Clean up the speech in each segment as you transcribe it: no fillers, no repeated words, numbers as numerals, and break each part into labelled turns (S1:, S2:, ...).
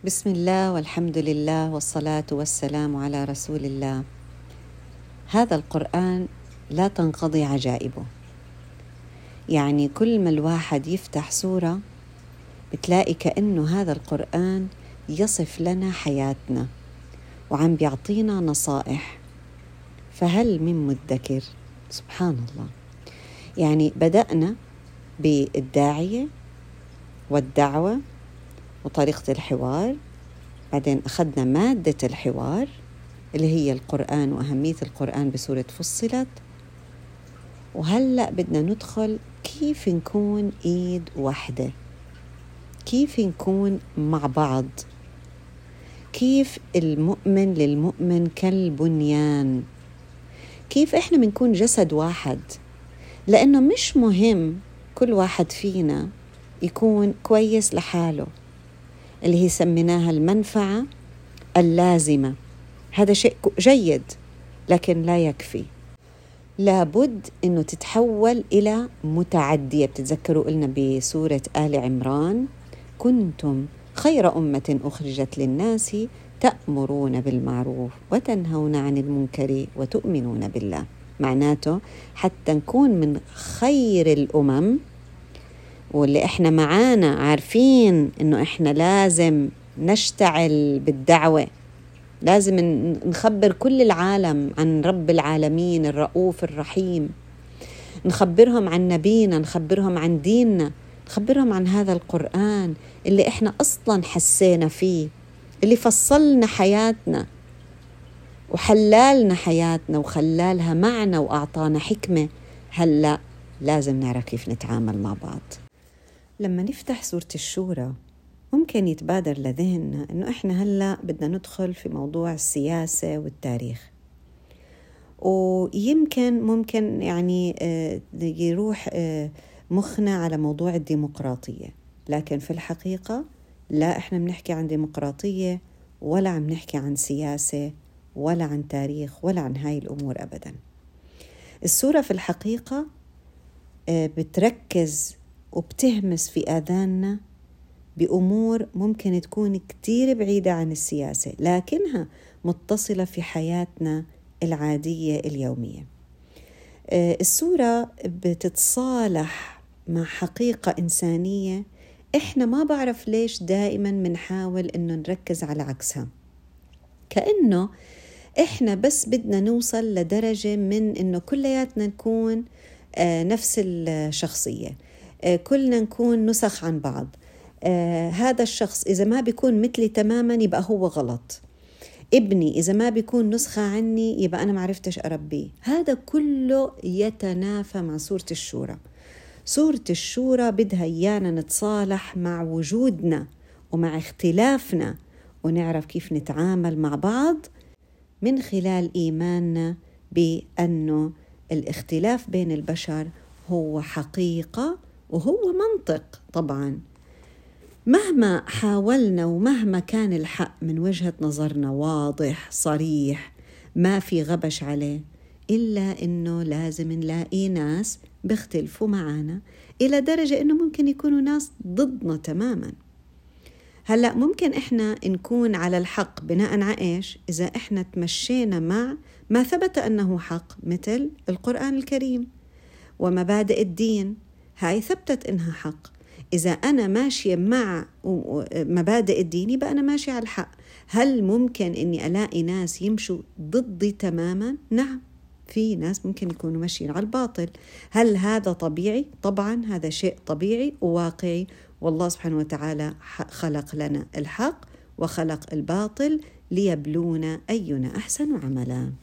S1: بسم الله والحمد لله والصلاة والسلام على رسول الله. هذا القرآن لا تنقضي عجائبه، يعني كل ما الواحد يفتح سورة بتلاقي كأنه هذا القرآن يصف لنا حياتنا وعم بيعطينا نصائح. فهل من مدكر؟ سبحان الله. يعني بدأنا بالداعية والدعوة وطريقة الحوار، بعدين أخذنا مادة الحوار اللي هي القرآن وأهمية القرآن بسورة فصلت، وهلأ بدنا ندخل كيف نكون إيد واحدة، كيف نكون مع بعض، كيف المؤمن للمؤمن كالبنيان، كيف إحنا بنكون جسد واحد. لأنه مش مهم كل واحد فينا يكون كويس لحاله، اللي هي سميناها المنفعة اللازمة. هذا شيء جيد لكن لا يكفي، لابد أنه تتحول إلى متعدية. بتتذكروا قلنا بسورة آل عمران: كنتم خير أمة أخرجت للناس تأمرون بالمعروف وتنهون عن المنكر وتؤمنون بالله. معناته حتى نكون من خير الأمم، واللي إحنا معانا عارفين إنه إحنا لازم نشتعل بالدعوة، لازم نخبر كل العالم عن رب العالمين الرؤوف الرحيم، نخبرهم عن نبينا، نخبرهم عن ديننا، نخبرهم عن هذا القرآن اللي إحنا أصلاً حسينا فيه، اللي فصلنا حياتنا وحلالنا حياتنا وخلالها معنا وأعطانا حكمة. هلأ لازم نعرف كيف نتعامل مع بعض. لما نفتح سورة الشورى ممكن يتبادر لذهننا إنه إحنا هلأ بدنا ندخل في موضوع السياسة والتاريخ، ويمكن ممكن يعني يروح مخنا على موضوع الديمقراطية، لكن في الحقيقة لا، إحنا بنحكي عن ديمقراطية ولا عم نحكي عن سياسة ولا عن تاريخ ولا عن هاي الأمور أبدا. السورة في الحقيقة بتركز وبتهمس في آذاننا بأمور ممكن تكون كتير بعيدة عن السياسة، لكنها متصلة في حياتنا العادية اليومية. السورة بتتصالح مع حقيقة إنسانية إحنا ما بعرف ليش دائما منحاول إنه نركز على عكسها، كأنه إحنا بس بدنا نوصل لدرجة من إنه كلياتنا نكون نفس الشخصية، كلنا نكون نسخ عن بعض. هذا الشخص إذا ما بيكون مثلي تماما يبقى هو غلط، ابني إذا ما بيكون نسخة عني يبقى أنا معرفتش أربيه. هذا كله يتنافى مع سورة الشورى. سورة الشورى بدها إيانا نتصالح مع وجودنا ومع اختلافنا، ونعرف كيف نتعامل مع بعض من خلال إيماننا بأنه الاختلاف بين البشر هو حقيقة وهو منطق. طبعا مهما حاولنا ومهما كان الحق من وجهة نظرنا واضح صريح ما في غبش عليه، إلا إنه لازم نلاقي ناس بيختلفوا معنا إلى درجة إنه ممكن يكونوا ناس ضدنا تماما. هلأ ممكن إحنا نكون على الحق بناء على إيش؟ إذا إحنا تمشينا مع ما ثبت أنه حق، مثل القرآن الكريم ومبادئ الدين، هاي ثبتت إنها حق. إذا أنا ماشية مع مبادئ الدين يبقى أنا ماشية على الحق. هل ممكن إني ألاقي ناس يمشوا ضدي تماما؟ نعم، في ناس ممكن يكونوا ماشيين على الباطل. هل هذا طبيعي؟ طبعا هذا شيء طبيعي وواقعي، والله سبحانه وتعالى خلق لنا الحق وخلق الباطل ليبلونا أينا أحسن عملا.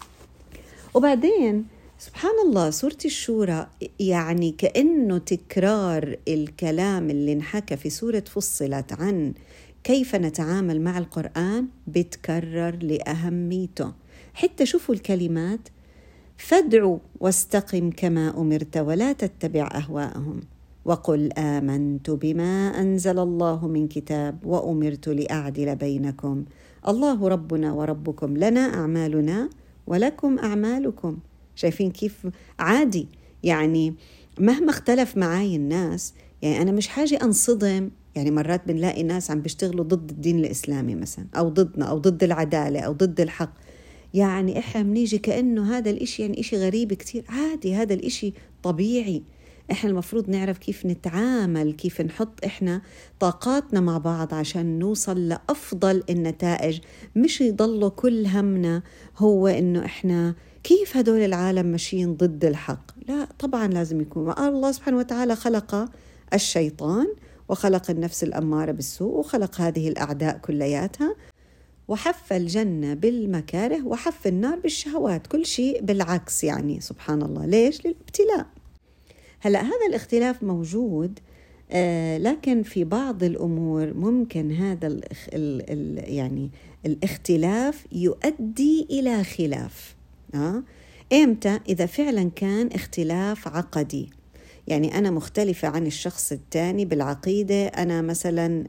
S1: وبعدين سبحان الله سورة الشورى يعني كأنه تكرار الكلام اللي انحكى في سورة فصلت عن كيف نتعامل مع القرآن، بتكرر لأهميته. حتى شوفوا الكلمات: فادعوا واستقم كما أمرت ولا تتبع أهواءهم وقل آمنت بما أنزل الله من كتاب وأمرت لأعدل بينكم الله ربنا وربكم لنا أعمالنا ولكم أعمالكم. شايفين كيف عادي؟ يعني مهما اختلف معاي الناس، يعني أنا مش حاجة أنصدم، يعني مرات بنلاقي ناس عم بيشتغلوا ضد الدين الإسلامي مثلا، أو ضدنا، أو ضد العدالة، أو ضد الحق. يعني إحنا بنيجي كأنه هذا الإشي يعني إشي غريب كتير. عادي، هذا الإشي طبيعي. إحنا المفروض نعرف كيف نتعامل، كيف نحط إحنا طاقاتنا مع بعض عشان نوصل لأفضل النتائج. مش يضلوا كل همنا هو إنه إحنا كيف هدول العالم ماشيين ضد الحق. لا طبعا لازم يكون. الله سبحانه وتعالى خلق الشيطان، وخلق النفس الأمارة بالسوء، وخلق هذه الأعداء كلياتها، وحف الجنة بالمكاره، وحف النار بالشهوات. كل شيء بالعكس يعني. سبحان الله. ليش؟ للابتلاء. هلأ هذا الاختلاف موجود، لكن في بعض الأمور ممكن هذا يعني الاختلاف يؤدي إلى خلاف. إمتى؟ إذا فعلا كان اختلاف عقدي. يعني أنا مختلفة عن الشخص الثاني بالعقيدة. أنا مثلا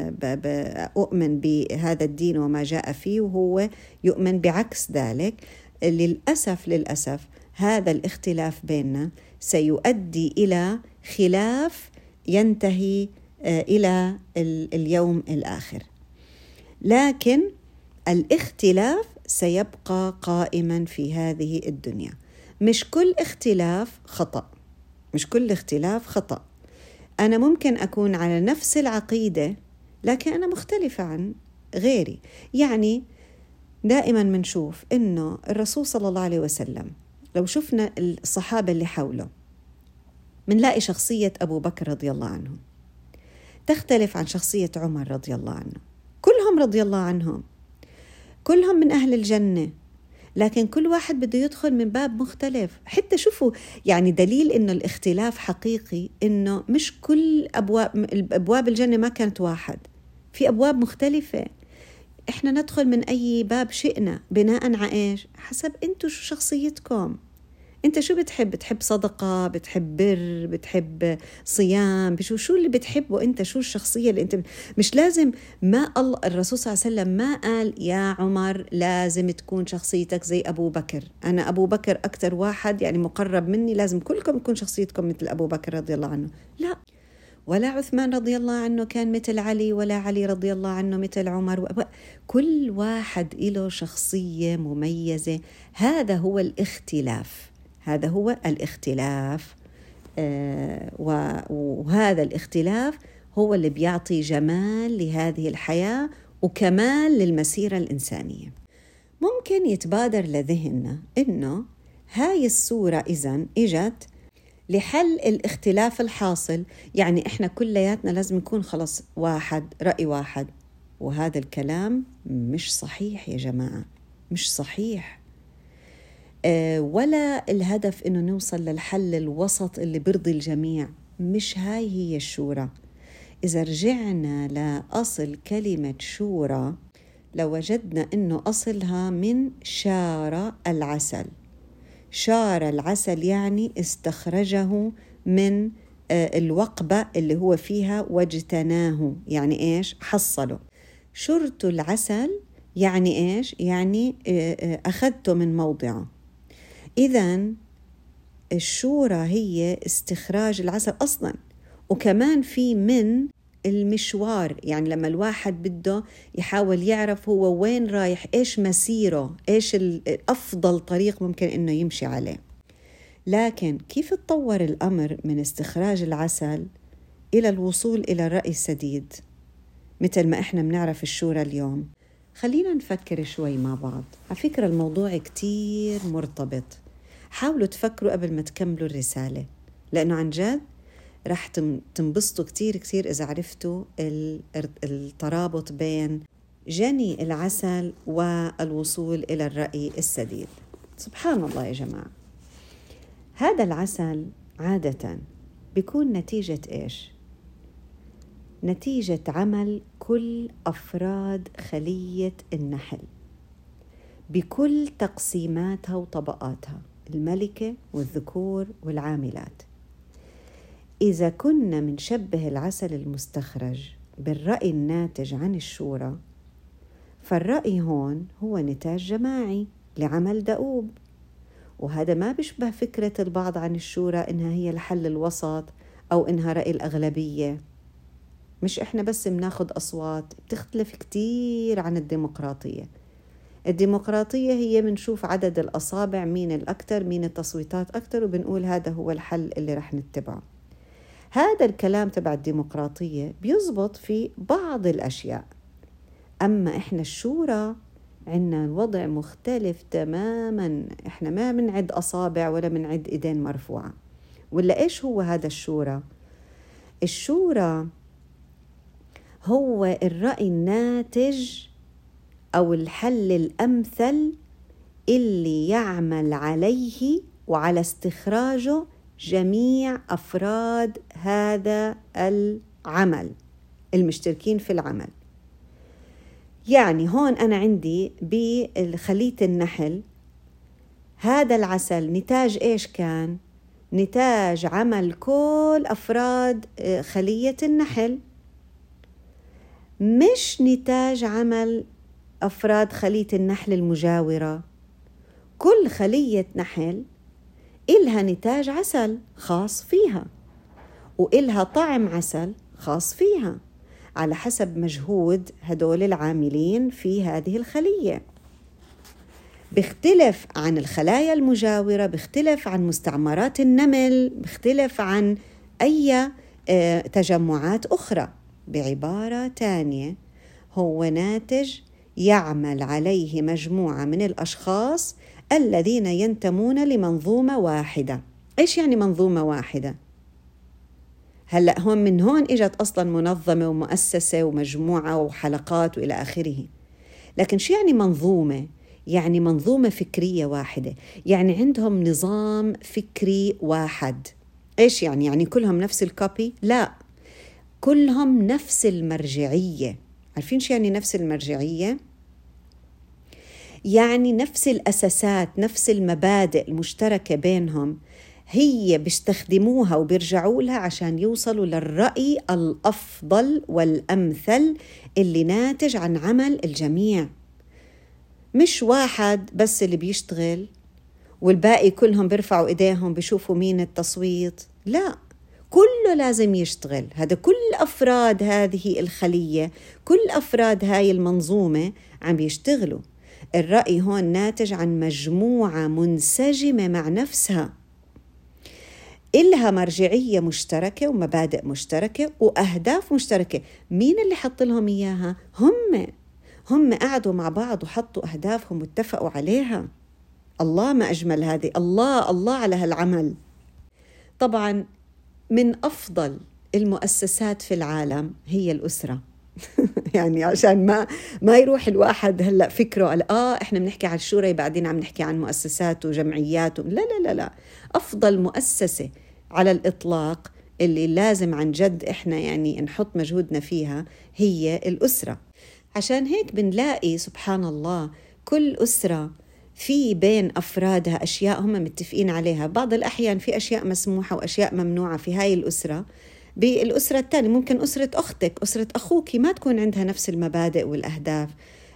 S1: أؤمن بهذا الدين وما جاء فيه، وهو يؤمن بعكس ذلك. للأسف هذا الاختلاف بيننا سيؤدي إلى خلاف ينتهي إلى اليوم الآخر. لكن الاختلاف سيبقى قائما في هذه الدنيا. مش كل اختلاف خطأ، مش كل اختلاف خطأ. أنا ممكن أكون على نفس العقيدة لكن أنا مختلفة عن غيري. يعني دائما منشوف إنه الرسول صلى الله عليه وسلم، لو شفنا الصحابة اللي حوله، منلاقي شخصية أبو بكر رضي الله عنه تختلف عن شخصية عمر رضي الله عنه. كلهم رضي الله عنهم، كلهم من أهل الجنة، لكن كل واحد بده يدخل من باب مختلف. حتى شوفوا يعني دليل إنه الاختلاف حقيقي، إنه مش كل أبواب الجنة ما كانت واحد، في أبواب مختلفة. إحنا ندخل من أي باب شئنا بناء على إيش؟ حسب أنتوا شو شخصيتكم. أنت شو بتحب صدقة، بتحب بر، بتحب صيام، شو اللي بتحبه أنت، شو الشخصية اللي أنت. مش لازم. ما الله الرسول صلى الله عليه وسلم ما قال يا عمر لازم تكون شخصيتك زي أبو بكر، أنا أبو بكر أكتر واحد يعني مقرب مني، لازم كلكم تكون شخصيتكم مثل أبو بكر رضي الله عنه. لا. ولا عثمان رضي الله عنه كان مثل علي، ولا علي رضي الله عنه مثل عمر. كل واحد له شخصية مميزة. هذا هو الاختلاف. هذا هو الاختلاف. وهذا الاختلاف هو اللي بيعطي جمال لهذه الحياة وكمال للمسيرة الإنسانية. ممكن يتبادر لذهننا إنه هاي الصورة إذن إجت لحل الاختلاف الحاصل، يعني إحنا كلياتنا لازم نكون خلص واحد، رأي واحد. وهذا الكلام مش صحيح يا جماعة، مش صحيح. ولا الهدف إنه نوصل للحل الوسط اللي برضي الجميع. مش هاي هي الشورى. إذا رجعنا لأصل كلمة شورى لوجدنا إنه أصلها من شار العسل. شار العسل يعني استخرجه من الوقبة اللي هو فيها واجتناه، يعني إيش؟ حصله. شرت العسل يعني إيش؟ يعني أخذته من موضعه. إذن الشورى هي استخراج العسل أصلاً. وكمان في من المشوار، يعني لما الواحد بده يحاول يعرف هو وين رايح، إيش مسيره، إيش الأفضل طريق ممكن إنه يمشي عليه. لكن كيف تطور الأمر من استخراج العسل إلى الوصول إلى الرأي السديد مثل ما إحنا بنعرف الشورى اليوم؟ خلينا نفكر شوي مع بعض. على فكرة الموضوع كتير مرتبط. حاولوا تفكروا قبل ما تكملوا الرسالة، لأنه عن جد رح تنبسطوا كتير إذا عرفتوا الترابط بين جني العسل والوصول إلى الرأي السديد. سبحان الله يا جماعة. هذا العسل عادة بيكون نتيجة إيش؟ نتيجة عمل كل أفراد خلية النحل بكل تقسيماتها وطبقاتها، الملكة والذكور والعاملات. إذا كنا منشبه العسل المستخرج بالرأي الناتج عن الشورى، فالرأي هون هو نتاج جماعي لعمل دؤوب. وهذا ما بيشبه فكرة البعض عن الشورى إنها هي الحل الوسط أو إنها رأي الأغلبية. مش إحنا بس بناخد أصوات، بتختلف كتير عن الديمقراطية. الديمقراطية هي بنشوف عدد الأصابع، مين الأكثر، مين التصويتات أكثر، وبنقول هذا هو الحل اللي رح نتبعه. هذا الكلام تبع الديمقراطية بيزبط في بعض الأشياء، أما إحنا الشورى عنا الوضع مختلف تماماً. إحنا ما بنعد أصابع ولا بنعد إيدين مرفوعة. ولا إيش هو هذا الشورى؟ الشورى هو الرأي الناتج أو الحل الأمثل اللي يعمل عليه وعلى استخراجه جميع أفراد هذا العمل المشتركين في العمل. يعني هون أنا عندي بخلية النحل هذا العسل نتاج إيش كان؟ نتاج عمل كل أفراد خلية النحل، مش نتاج عمل أفراد خلية النحل المجاورة. كل خلية نحل إلها نتاج عسل خاص فيها، وإلها طعم عسل خاص فيها على حسب مجهود هدول العاملين في هذه الخلية. بيختلف عن الخلايا المجاورة، بيختلف عن مستعمرات النمل، بيختلف عن أي تجمعات أخرى. بعبارة تانية، هو ناتج يعمل عليه مجموعة من الأشخاص الذين ينتمون لمنظومة واحدة. إيش يعني منظومة واحدة؟ هلأ هون من هون إجت أصلاً منظمة ومؤسسة ومجموعة وحلقات وإلى آخره. لكن شو يعني منظومة؟ يعني منظومة فكرية واحدة، يعني عندهم نظام فكري واحد. إيش يعني؟ يعني كلهم نفس الكوبي؟ لا، كلهم نفس المرجعية. عارفين شو يعني نفس المرجعية؟ يعني نفس الأساسات، نفس المبادئ المشتركة بينهم هي بيستخدموها وبيرجعوا لها عشان يوصلوا للرأي الأفضل والأمثل اللي ناتج عن عمل الجميع. مش واحد بس اللي بيشتغل والباقي كلهم بيرفعوا إيديهم بيشوفوا مين التصويت. لا، كله لازم يشتغل. هذا كل أفراد هذه الخلية، كل أفراد هاي المنظومة عم بيشتغلوا. الرأي هون ناتج عن مجموعة منسجمة مع نفسها، إلها مرجعية مشتركة ومبادئ مشتركة وأهداف مشتركة. مين اللي حط لهم إياها؟ هم قعدوا مع بعض وحطوا أهدافهم واتفقوا عليها. الله ما أجمل هذه، الله على هالعمل. طبعا من أفضل المؤسسات في العالم هي الأسرة. يعني عشان ما يروح الواحد هلأ فكره إحنا بنحكي عن الشورى بعدين عم نحكي عن مؤسسات وجمعيات لا لا لا لا. أفضل مؤسسة على الإطلاق اللي لازم عن جد إحنا يعني نحط مجهودنا فيها هي الأسرة. عشان هيك بنلاقي سبحان الله كل أسرة في بين أفرادها أشياء هم متفقين عليها. بعض الأحيان في أشياء مسموحة وأشياء ممنوعة في هاي الأسرة. بالأسرة الثانية ممكن أسرة أختك، أسرة أخوك ما تكون عندها نفس المبادئ والأهداف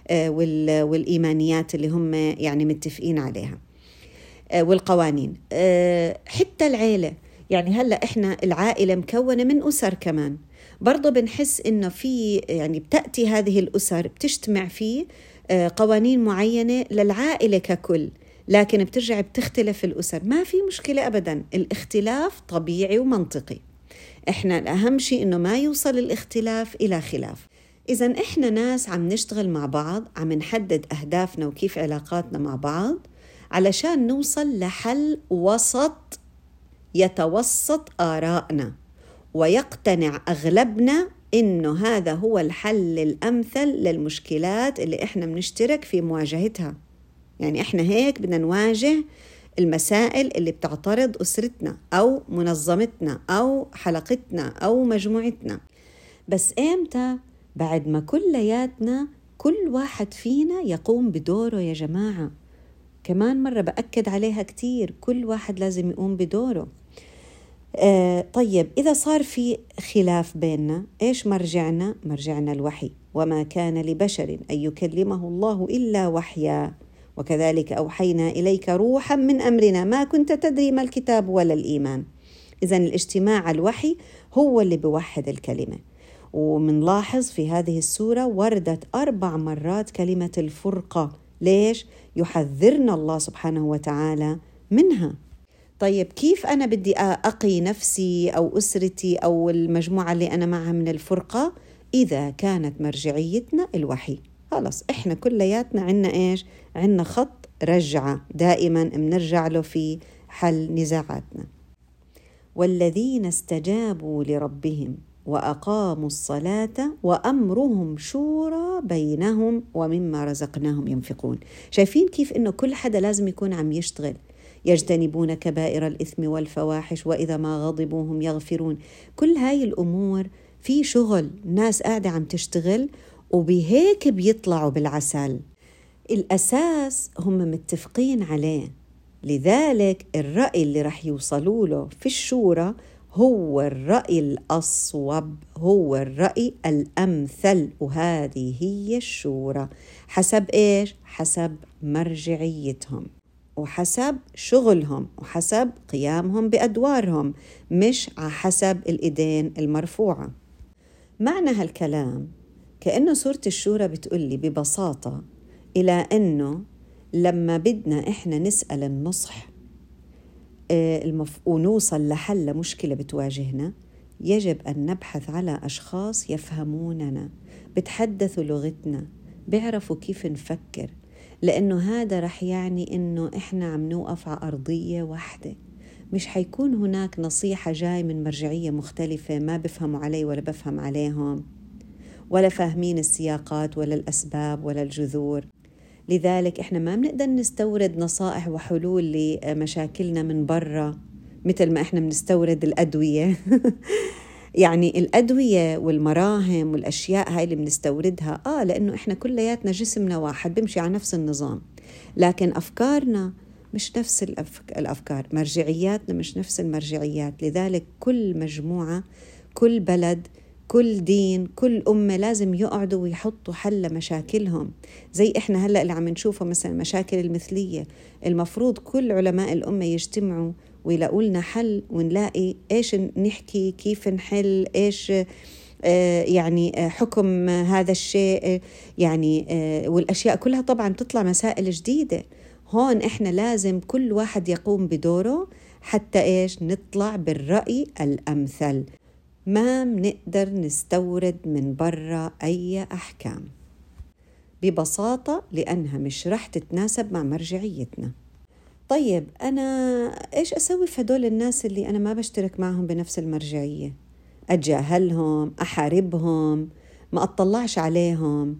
S1: والإيمانيات اللي هم يعني متفقين عليها والقوانين. حتى العيلة، يعني هلأ إحنا العائلة مكونة من أسر كمان. برضو بنحس إنه في يعني بتأتي هذه الأسر بتجتمع فيه قوانين معينة للعائلة ككل، لكن بترجع بتختلف الأسر. ما في مشكلة أبدا، الاختلاف طبيعي ومنطقي. إحنا الأهم شيء إنه ما يوصل الاختلاف إلى خلاف. إذن إحنا ناس عم نشتغل مع بعض، عم نحدد أهدافنا وكيف علاقاتنا مع بعض علشان نوصل لحل وسط يتوسط آرائنا ويقتنع أغلبنا إنه هذا هو الحل الأمثل للمشكلات اللي إحنا بنشترك في مواجهتها. يعني إحنا هيك بدنا نواجه المسائل اللي بتعترض أسرتنا أو منظمتنا أو حلقتنا أو مجموعتنا. بس إمتى؟ بعد ما كلياتنا كل واحد فينا يقوم بدوره يا جماعة. كمان مرة بأكد عليها كتير، كل واحد لازم يقوم بدوره. طيب إذا صار في خلاف بيننا، إيش مرجعنا؟ مرجعنا الوحي. وما كان لبشر أن يكلمه الله إلا وحيا وكذلك أوحينا إليك روحا من أمرنا ما كنت تدري ما الكتاب ولا الإيمان. إذن الاجتماع الوحي هو اللي بيوحد الكلمة. ومنلاحظ في هذه السورة وردت 4 مرات كلمة الفرقة. ليش؟ يحذرنا الله سبحانه وتعالى منها. طيب كيف أنا بدي أقي نفسي أو أسرتي أو المجموعة اللي أنا معها من الفرقة؟ إذا كانت مرجعيتنا الوحي. خلاص إحنا كلياتنا عنا إيش؟ عنا خط رجعة دائما بنرجع له في حل نزاعاتنا. والذين استجابوا لربهم وأقاموا الصلاة وأمرهم شورى بينهم ومما رزقناهم ينفقون. شايفين كيف إنه كل حدا لازم يكون عم يشتغل. يجتنبون كبائر الإثم والفواحش وإذا ما غضبوا هم يغفرون. كل هاي الأمور في شغل، ناس قاعدة عم تشتغل وبهيك بيطلعوا بالعسل. الأساس هم متفقين عليه، لذلك الرأي اللي رح يوصلوا له في الشورى هو الرأي الأصوب، هو الرأي الأمثل. وهذه هي الشورى حسب إيش؟ حسب مرجعيتهم وحسب شغلهم وحسب قيامهم بأدوارهم، مش على حسب الإيدين المرفوعة. معنى هالكلام كأنه سورة الشورى بتقولي ببساطة إلى أنه لما بدنا إحنا نسأل النصح ونوصل لحل مشكلة بتواجهنا، يجب أن نبحث على أشخاص يفهموننا، بتحدثوا لغتنا، بيعرفوا كيف نفكر، لأنه هذا رح يعني إنه إحنا عم نوقف على أرضية واحدة. مش حيكون هناك نصيحة جاي من مرجعية مختلفة ما بفهموا علي ولا بفهم عليهم، ولا فاهمين السياقات ولا الأسباب ولا الجذور. لذلك إحنا ما بنقدر نستورد نصائح وحلول لمشاكلنا من برا مثل ما إحنا بنستورد الأدوية. يعني الأدوية والمراهم والأشياء هاي اللي بنستوردها لأنه إحنا كلياتنا جسمنا واحد بمشي على نفس النظام، لكن أفكارنا مش نفس الأفكار، مرجعياتنا مش نفس المرجعيات. لذلك كل مجموعة، كل بلد، كل دين، كل أمة لازم يقعدوا ويحطوا حل لمشاكلهم. زي إحنا هلأ اللي عم نشوفه مثلا مشاكل المثلية، المفروض كل علماء الأمة يجتمعوا ويلاقوا لنا حل، ونلاقي إيش نحكي، كيف نحل، إيش يعني حكم هذا الشيء، يعني والأشياء كلها طبعا تطلع مسائل جديدة. هون إحنا لازم كل واحد يقوم بدوره حتى إيش نطلع بالرأي الأمثل. ما بنقدر نستورد من برا أي أحكام ببساطة لأنها مش رح تتناسب مع مرجعيتنا. طيب أنا إيش أسوي في هدول الناس اللي أنا ما بشترك معهم بنفس المرجعية؟ أتجاهلهم، أحاربهم، ما أطلعش عليهم،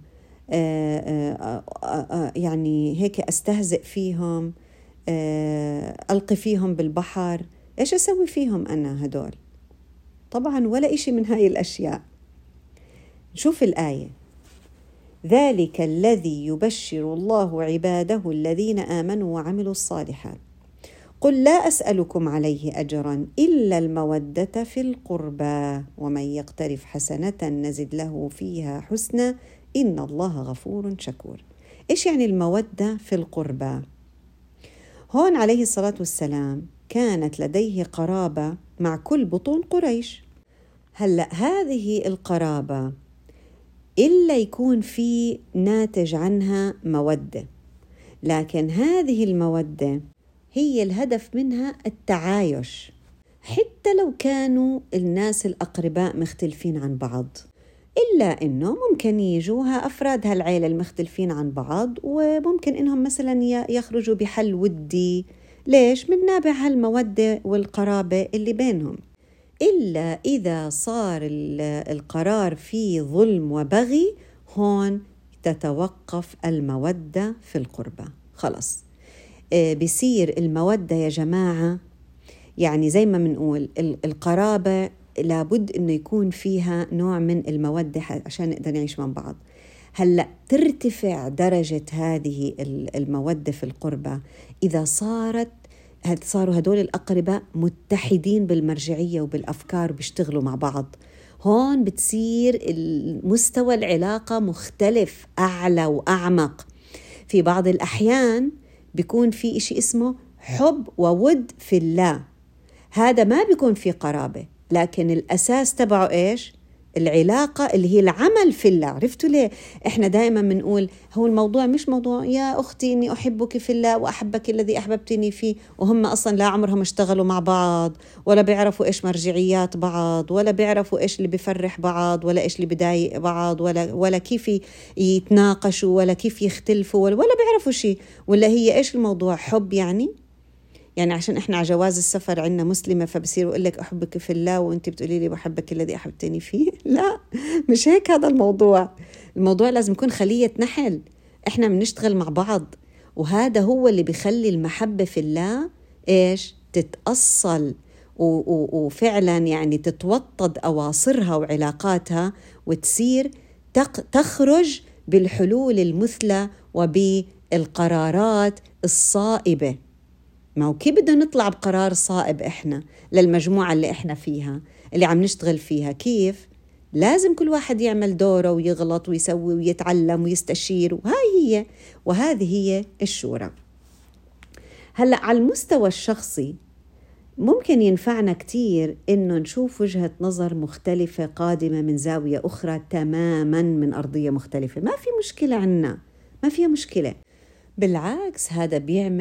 S1: يعني هيك أستهزئ فيهم، ألقي فيهم بالبحر؟ إيش أسوي فيهم أنا هدول؟ طبعا ولا إشي من هاي الأشياء. شوف الآية: ذلك الذي يبشر الله عباده الذين آمنوا وعملوا الصالحات قل لا أسألكم عليه أجرا إلا المودة في القربى ومن يقترف حسنة نزد له فيها حسنا إن الله غفور شكور. إيش يعني المودة في القربى؟ هون عليه الصلاة والسلام كانت لديه قرابة مع كل بطون قريش. هلأ هذه القرابة إلا يكون في ناتج عنها مودة، لكن هذه المودة هي الهدف منها التعايش، حتى لو كانوا الناس الأقرباء مختلفين عن بعض، إلا إنه ممكن يجوها أفراد هالعيلة المختلفين عن بعض وممكن إنهم مثلا يخرجوا بحل ودي. ليش؟ من نابع هالمودة والقرابة اللي بينهم. إلا إذا صار القرار فيه ظلم وبغي، هون تتوقف المودة في القربة. خلص بيصير المودة يا جماعة، يعني زي ما منقول القرابة لابد إنه يكون فيها نوع من المودة عشان نقدر نعيش مع بعض. هلأ ترتفع درجة هذه المودة في القربة إذا صاروا هدول الأقرباء متحدين بالمرجعية وبالأفكار وبيشتغلوا مع بعض. هون بتصير المستوى العلاقة مختلف، أعلى وأعمق. في بعض الأحيان بيكون في إشي اسمه حب وود في الله، هذا ما بيكون في قرابة، لكن الأساس تبعه إيش؟ العلاقة اللي هي العمل في الله. عرفتوا ليه؟ إحنا دائما بنقول هو الموضوع مش موضوع يا أختي إني أحبك في الله وأحبك الذي أحببتني فيه، وهم أصلا لا عمرهم اشتغلوا مع بعض ولا بيعرفوا إيش مرجعيات بعض ولا بيعرفوا إيش اللي بيفرح بعض ولا إيش اللي بيضايق بعض ولا كيف يتناقشوا ولا كيف يختلفوا ولا بيعرفوا شيء. ولا هي إيش الموضوع؟ حب يعني عشان إحنا على جواز السفر عنا مسلمة فبصير أقول لك أحبك في الله وأنت بتقولي لي بحبك الذي أحببتني فيه. لا، مش هيك هذا الموضوع. الموضوع لازم يكون خلية نحل، إحنا بنشتغل مع بعض، وهذا هو اللي بيخلي المحبة في الله إيش تتأصل وفعلا يعني تتوطد أواصرها وعلاقاتها وتصير تخرج بالحلول المثلى وبالقرارات الصائبة. ما هو كيف بدنا نطلع بقرار صائب إحنا للمجموعة اللي إحنا فيها اللي عم نشتغل فيها؟ كيف؟ لازم كل واحد يعمل دوره ويغلط ويسوي ويتعلم ويستشير، وهذه هي الشورى. هلأ على المستوى الشخصي ممكن ينفعنا كتير إنه نشوف وجهة نظر مختلفة قادمة من زاوية أخرى تماماً من أرضية مختلفة. ما في مشكلة عنا، ما فيها مشكلة. بالعكس هذا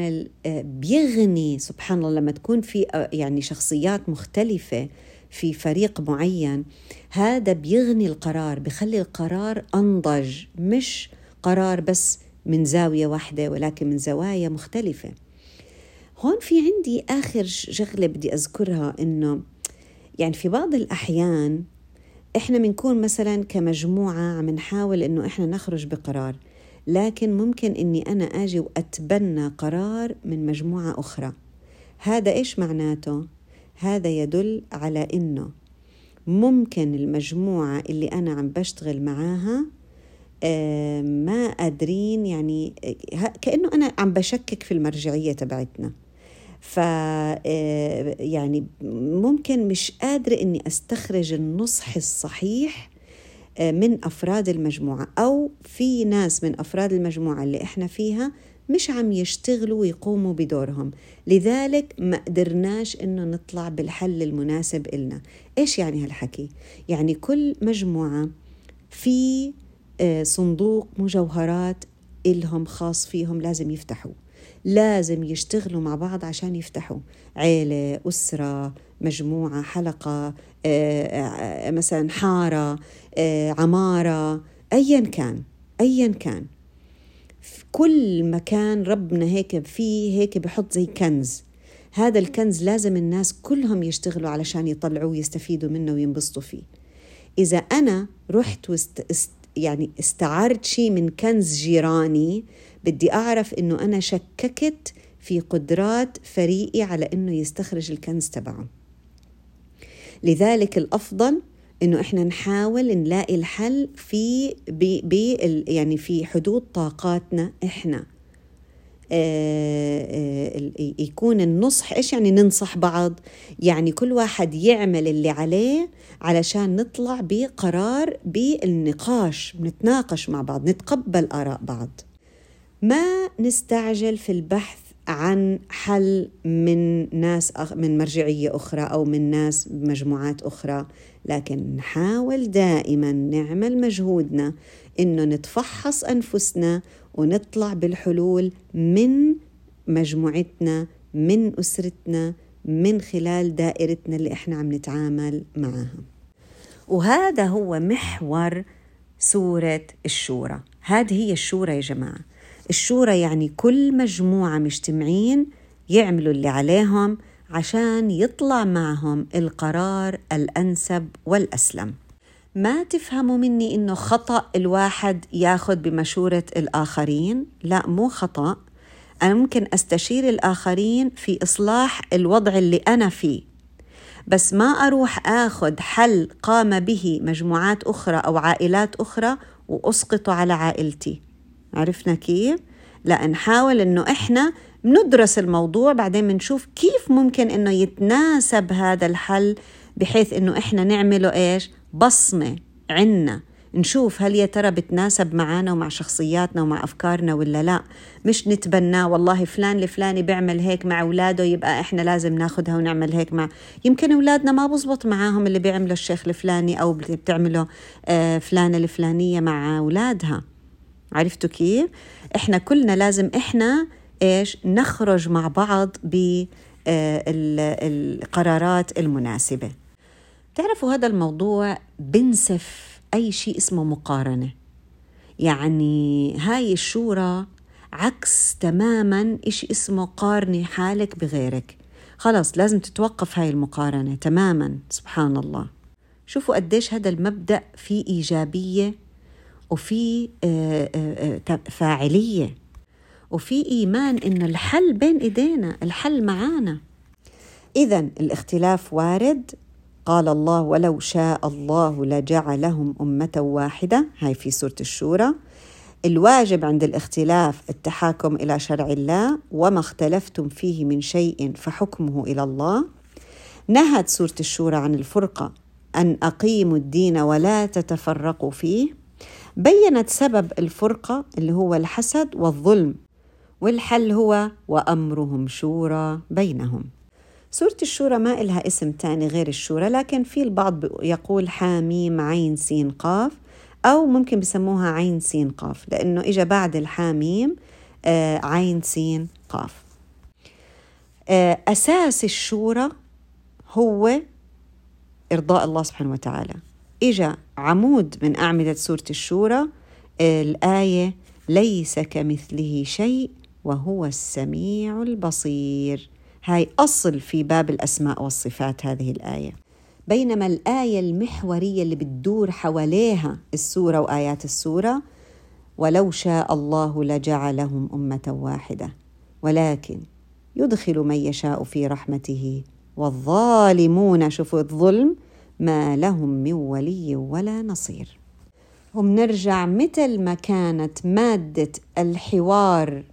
S1: بيغني سبحان الله لما تكون في يعني شخصيات مختلفة في فريق معين. هذا بيغني القرار، بيخلي القرار أنضج، مش قرار بس من زاوية واحدة ولكن من زوايا مختلفة. هون في عندي آخر شغلة بدي أذكرها، إنه يعني في بعض الأحيان إحنا بنكون مثلا كمجموعة عم نحاول إنه إحنا نخرج بقرار، لكن ممكن إني أنا أجي وأتبنى قرار من مجموعة أخرى. هذا إيش معناته؟ هذا يدل على إنه ممكن المجموعة اللي أنا عم بشتغل معاها ما قادرين، يعني كأنه أنا عم بشكك في المرجعية تبعتنا، يعني ممكن مش قادرة إني أستخرج النصح الصحيح من أفراد المجموعة، أو في ناس من أفراد المجموعة اللي إحنا فيها مش عم يشتغلوا ويقوموا بدورهم، لذلك ما قدرناش إنه نطلع بالحل المناسب إلنا. إيش يعني هالحكي؟ يعني كل مجموعة في صندوق مجوهرات إلهم خاص فيهم لازم يفتحوا، لازم يشتغلوا مع بعض عشان يفتحوا عيلة، أسرة، مجموعة، حلقة، مثلا حارة، عمارة، أيا كان في كل مكان ربنا هيك بحط زي كنز. هذا الكنز لازم الناس كلهم يشتغلوا علشان يطلعوه ويستفيدوا منه وينبسطوا فيه. إذا أنا رحت يعني استعرت شيء من كنز جيراني، بدي أعرف إنه أنا شككت في قدرات فريقي على إنه يستخرج الكنز تبعه. لذلك الأفضل إنه إحنا نحاول نلاقي الحل يعني في حدود طاقاتنا إحنا. يكون النصح إيش يعني؟ ننصح بعض، يعني كل واحد يعمل اللي عليه علشان نطلع بقرار بالنقاش، نتناقش مع بعض، نتقبل آراء بعض. ما نستعجل في البحث عن حل من ناس من مرجعية أخرى أو من ناس بمجموعات أخرى، لكن نحاول دائما نعمل مجهودنا إنه نتفحص أنفسنا ونطلع بالحلول من مجموعتنا، من أسرتنا، من خلال دائرتنا اللي إحنا عم نتعامل معها. وهذا هو محور سورة الشورى. هذه هي الشورى يا جماعة. الشورى يعني كل مجموعة مجتمعين يعملوا اللي عليهم عشان يطلع معهم القرار الأنسب والأسلم. ما تفهموا مني إنه خطأ الواحد ياخد بمشورة الآخرين، لا مو خطأ. أنا ممكن أستشير الآخرين في إصلاح الوضع اللي أنا فيه، بس ما أروح أخذ حل قام به مجموعات أخرى أو عائلات أخرى وأسقطه على عائلتي. عرفنا كيف؟ لا، نحاول إنه إحنا ندرس الموضوع، بعدين بنشوف كيف ممكن إنه يتناسب هذا الحل بحيث إنه إحنا نعمله إيش؟ بصمة عنا نشوف هل يا ترى بتناسب معانا ومع شخصياتنا ومع أفكارنا ولا لا. مش نتبناه والله فلان الفلاني بيعمل هيك مع أولاده يبقى إحنا لازم ناخدها ونعمل هيك مع. يمكن أولادنا ما بزبط معاهم اللي بيعمله الشيخ الفلاني أو بتعمله فلانة الفلانية مع أولادها. عرفتوا كيف؟ إحنا كلنا لازم إحنا نخرج مع بعض بالقرارات المناسبة. تعرفوا هذا الموضوع بنسف أي شيء اسمه مقارنة. يعني هاي الشورى عكس تماماً إيش اسمه قارني حالك بغيرك. خلاص لازم تتوقف هاي المقارنة تماماً. سبحان الله، شوفوا قديش هذا المبدأ فيه إيجابية وفي فاعلية وفي إيمان إنه الحل بين إيدينا، الحل معانا. إذن الاختلاف وارد. قال الله ولو شاء الله لجعلهم أمة واحدة، هاي في سورة الشورى. الواجب عند الاختلاف التحاكم إلى شرع الله، وما اختلفتم فيه من شيء فحكمه إلى الله. نهت سورة الشورى عن الفرقة، أن أقيموا الدين ولا تتفرقوا فيه. بيّنت سبب الفرقة اللي هو الحسد والظلم، والحل هو وأمرهم شورى بينهم. سورة الشورى ما إلها اسم تاني غير الشورى، لكن في البعض يقول حاميم عين سين قاف، أو ممكن بسموها عين سين قاف لأنه إجا بعد الحاميم عين سين قاف. أساس الشورى هو إرضاء الله سبحانه وتعالى. إجا عمود من أعمدة سورة الشورى الآية ليس كمثله شيء وهو السميع البصير. هاي أصل في باب الأسماء والصفات هذه الآية. بينما الآية المحورية اللي بتدور حواليها السورة وآيات السورة ولو شاء الله لجعلهم أمة واحدة ولكن يدخل من يشاء في رحمته والظالمون، شوفوا الظلم، ما لهم من ولي ولا نصير. ومنرجع مثل ما كانت مادة الحوار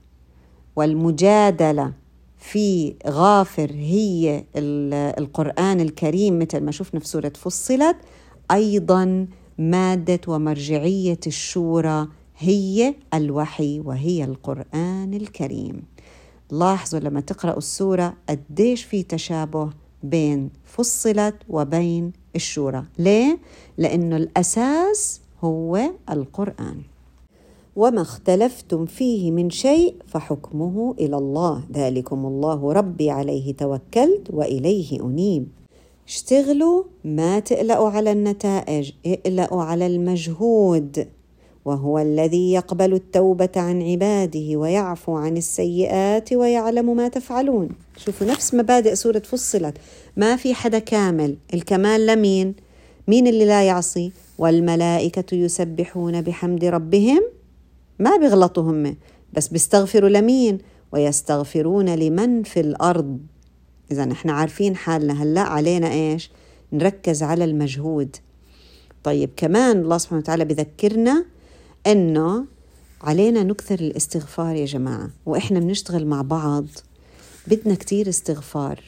S1: والمجادلة في غافر هي القرآن الكريم مثل ما شفنا في سورة فصلت، أيضا مادة ومرجعية الشورى هي الوحي وهي القرآن الكريم. لاحظوا لما تقرأوا السورة قديش في تشابه بين فصلت وبين الشورى. ليه؟ لأنه الأساس هو القرآن. وما اختلفتم فيه من شيء فحكمه إلى الله ذلكم الله ربي عليه توكلت وإليه أنيب. اشتغلوا، ما تقلقوا على النتائج، اقلقوا على المجهود. وهو الذي يقبل التوبة عن عباده ويعفو عن السيئات ويعلم ما تفعلون. شوفوا نفس مبادئ سورة فصلت، ما في حدا كامل، الكمال لمين؟ مين اللي لا يعصي؟ والملائكة يسبحون بحمد ربهم، ما بيغلطوا هم، بس بيستغفروا لمين؟ ويستغفرون لمن في الأرض. إذا نحن عارفين حالنا هلأ علينا إيش؟ نركز على المجهود. طيب كمان الله سبحانه وتعالى بذكرنا أنه علينا نكثر الاستغفار يا جماعة. وإحنا بنشتغل مع بعض بدنا كتير استغفار،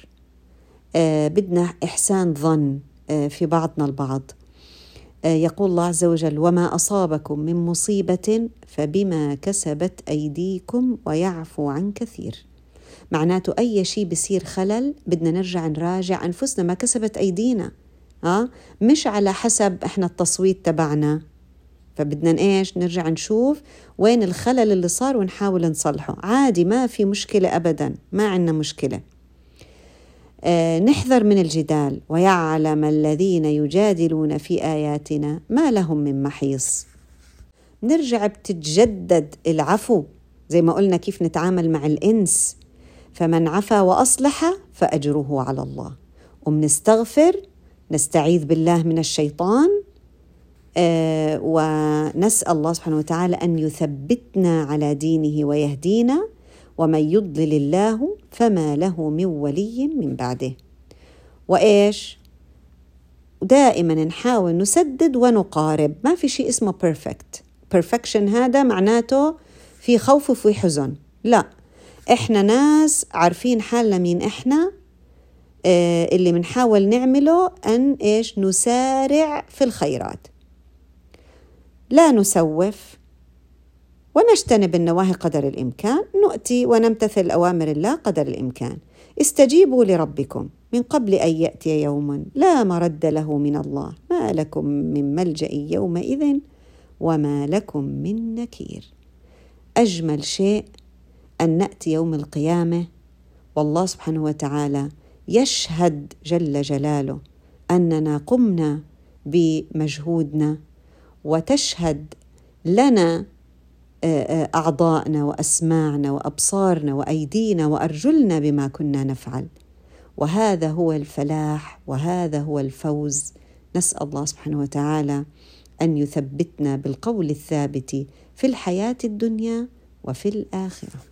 S1: بدنا إحسان ظن في بعضنا البعض. يقول الله عز وجل وما أصابكم من مصيبة فبما كسبت أيديكم ويعفو عن كثير. معناته أي شيء بيصير خلل بدنا نرجع نراجع أنفسنا ما كسبت أيدينا، مش على حسب إحنا التصويت تبعنا. فبدنا إيش؟ نرجع نشوف وين الخلل اللي صار ونحاول نصلحه. عادي، ما في مشكلة أبدا، ما عندنا مشكلة. نحذر من الجدال ويعلم الذين يجادلون في آياتنا ما لهم من محيص. نرجع بتتجدد العفو زي ما قلنا كيف نتعامل مع الإنس، فمن عفا وأصلح فأجره على الله. ومنستغفر، نستعيذ بالله من الشيطان، ونسأل الله سبحانه وتعالى أن يثبتنا على دينه ويهدينا. ومن يضلل الله فما له من ولي من بعده. وإيش؟ دائما نحاول نسدد ونقارب، ما في شيء اسمه perfection. هذا معناته في خوف وفي حزن، لا، إحنا ناس عارفين حالنا مين إحنا. اللي منحاول نعمله أن إيش؟ نسارع في الخيرات. لا نسوف ونجتنب النواهي قدر الإمكان، نؤتي ونمتثل أوامر الله قدر الإمكان. استجيبوا لربكم من قبل أن يأتي يوم لا مرد له من الله، ما لكم من ملجأ يومئذ وما لكم من نكير. أجمل شيء أن نأتي يوم القيامة والله سبحانه وتعالى يشهد جل جلاله أننا قمنا بمجهودنا، وتشهد لنا أعضاءنا وأسماعنا وأبصارنا وأيدينا وأرجلنا بما كنا نفعل. وهذا هو الفلاح وهذا هو الفوز. نسأل الله سبحانه وتعالى أن يثبتنا بالقول الثابت في الحياة الدنيا وفي الآخرة.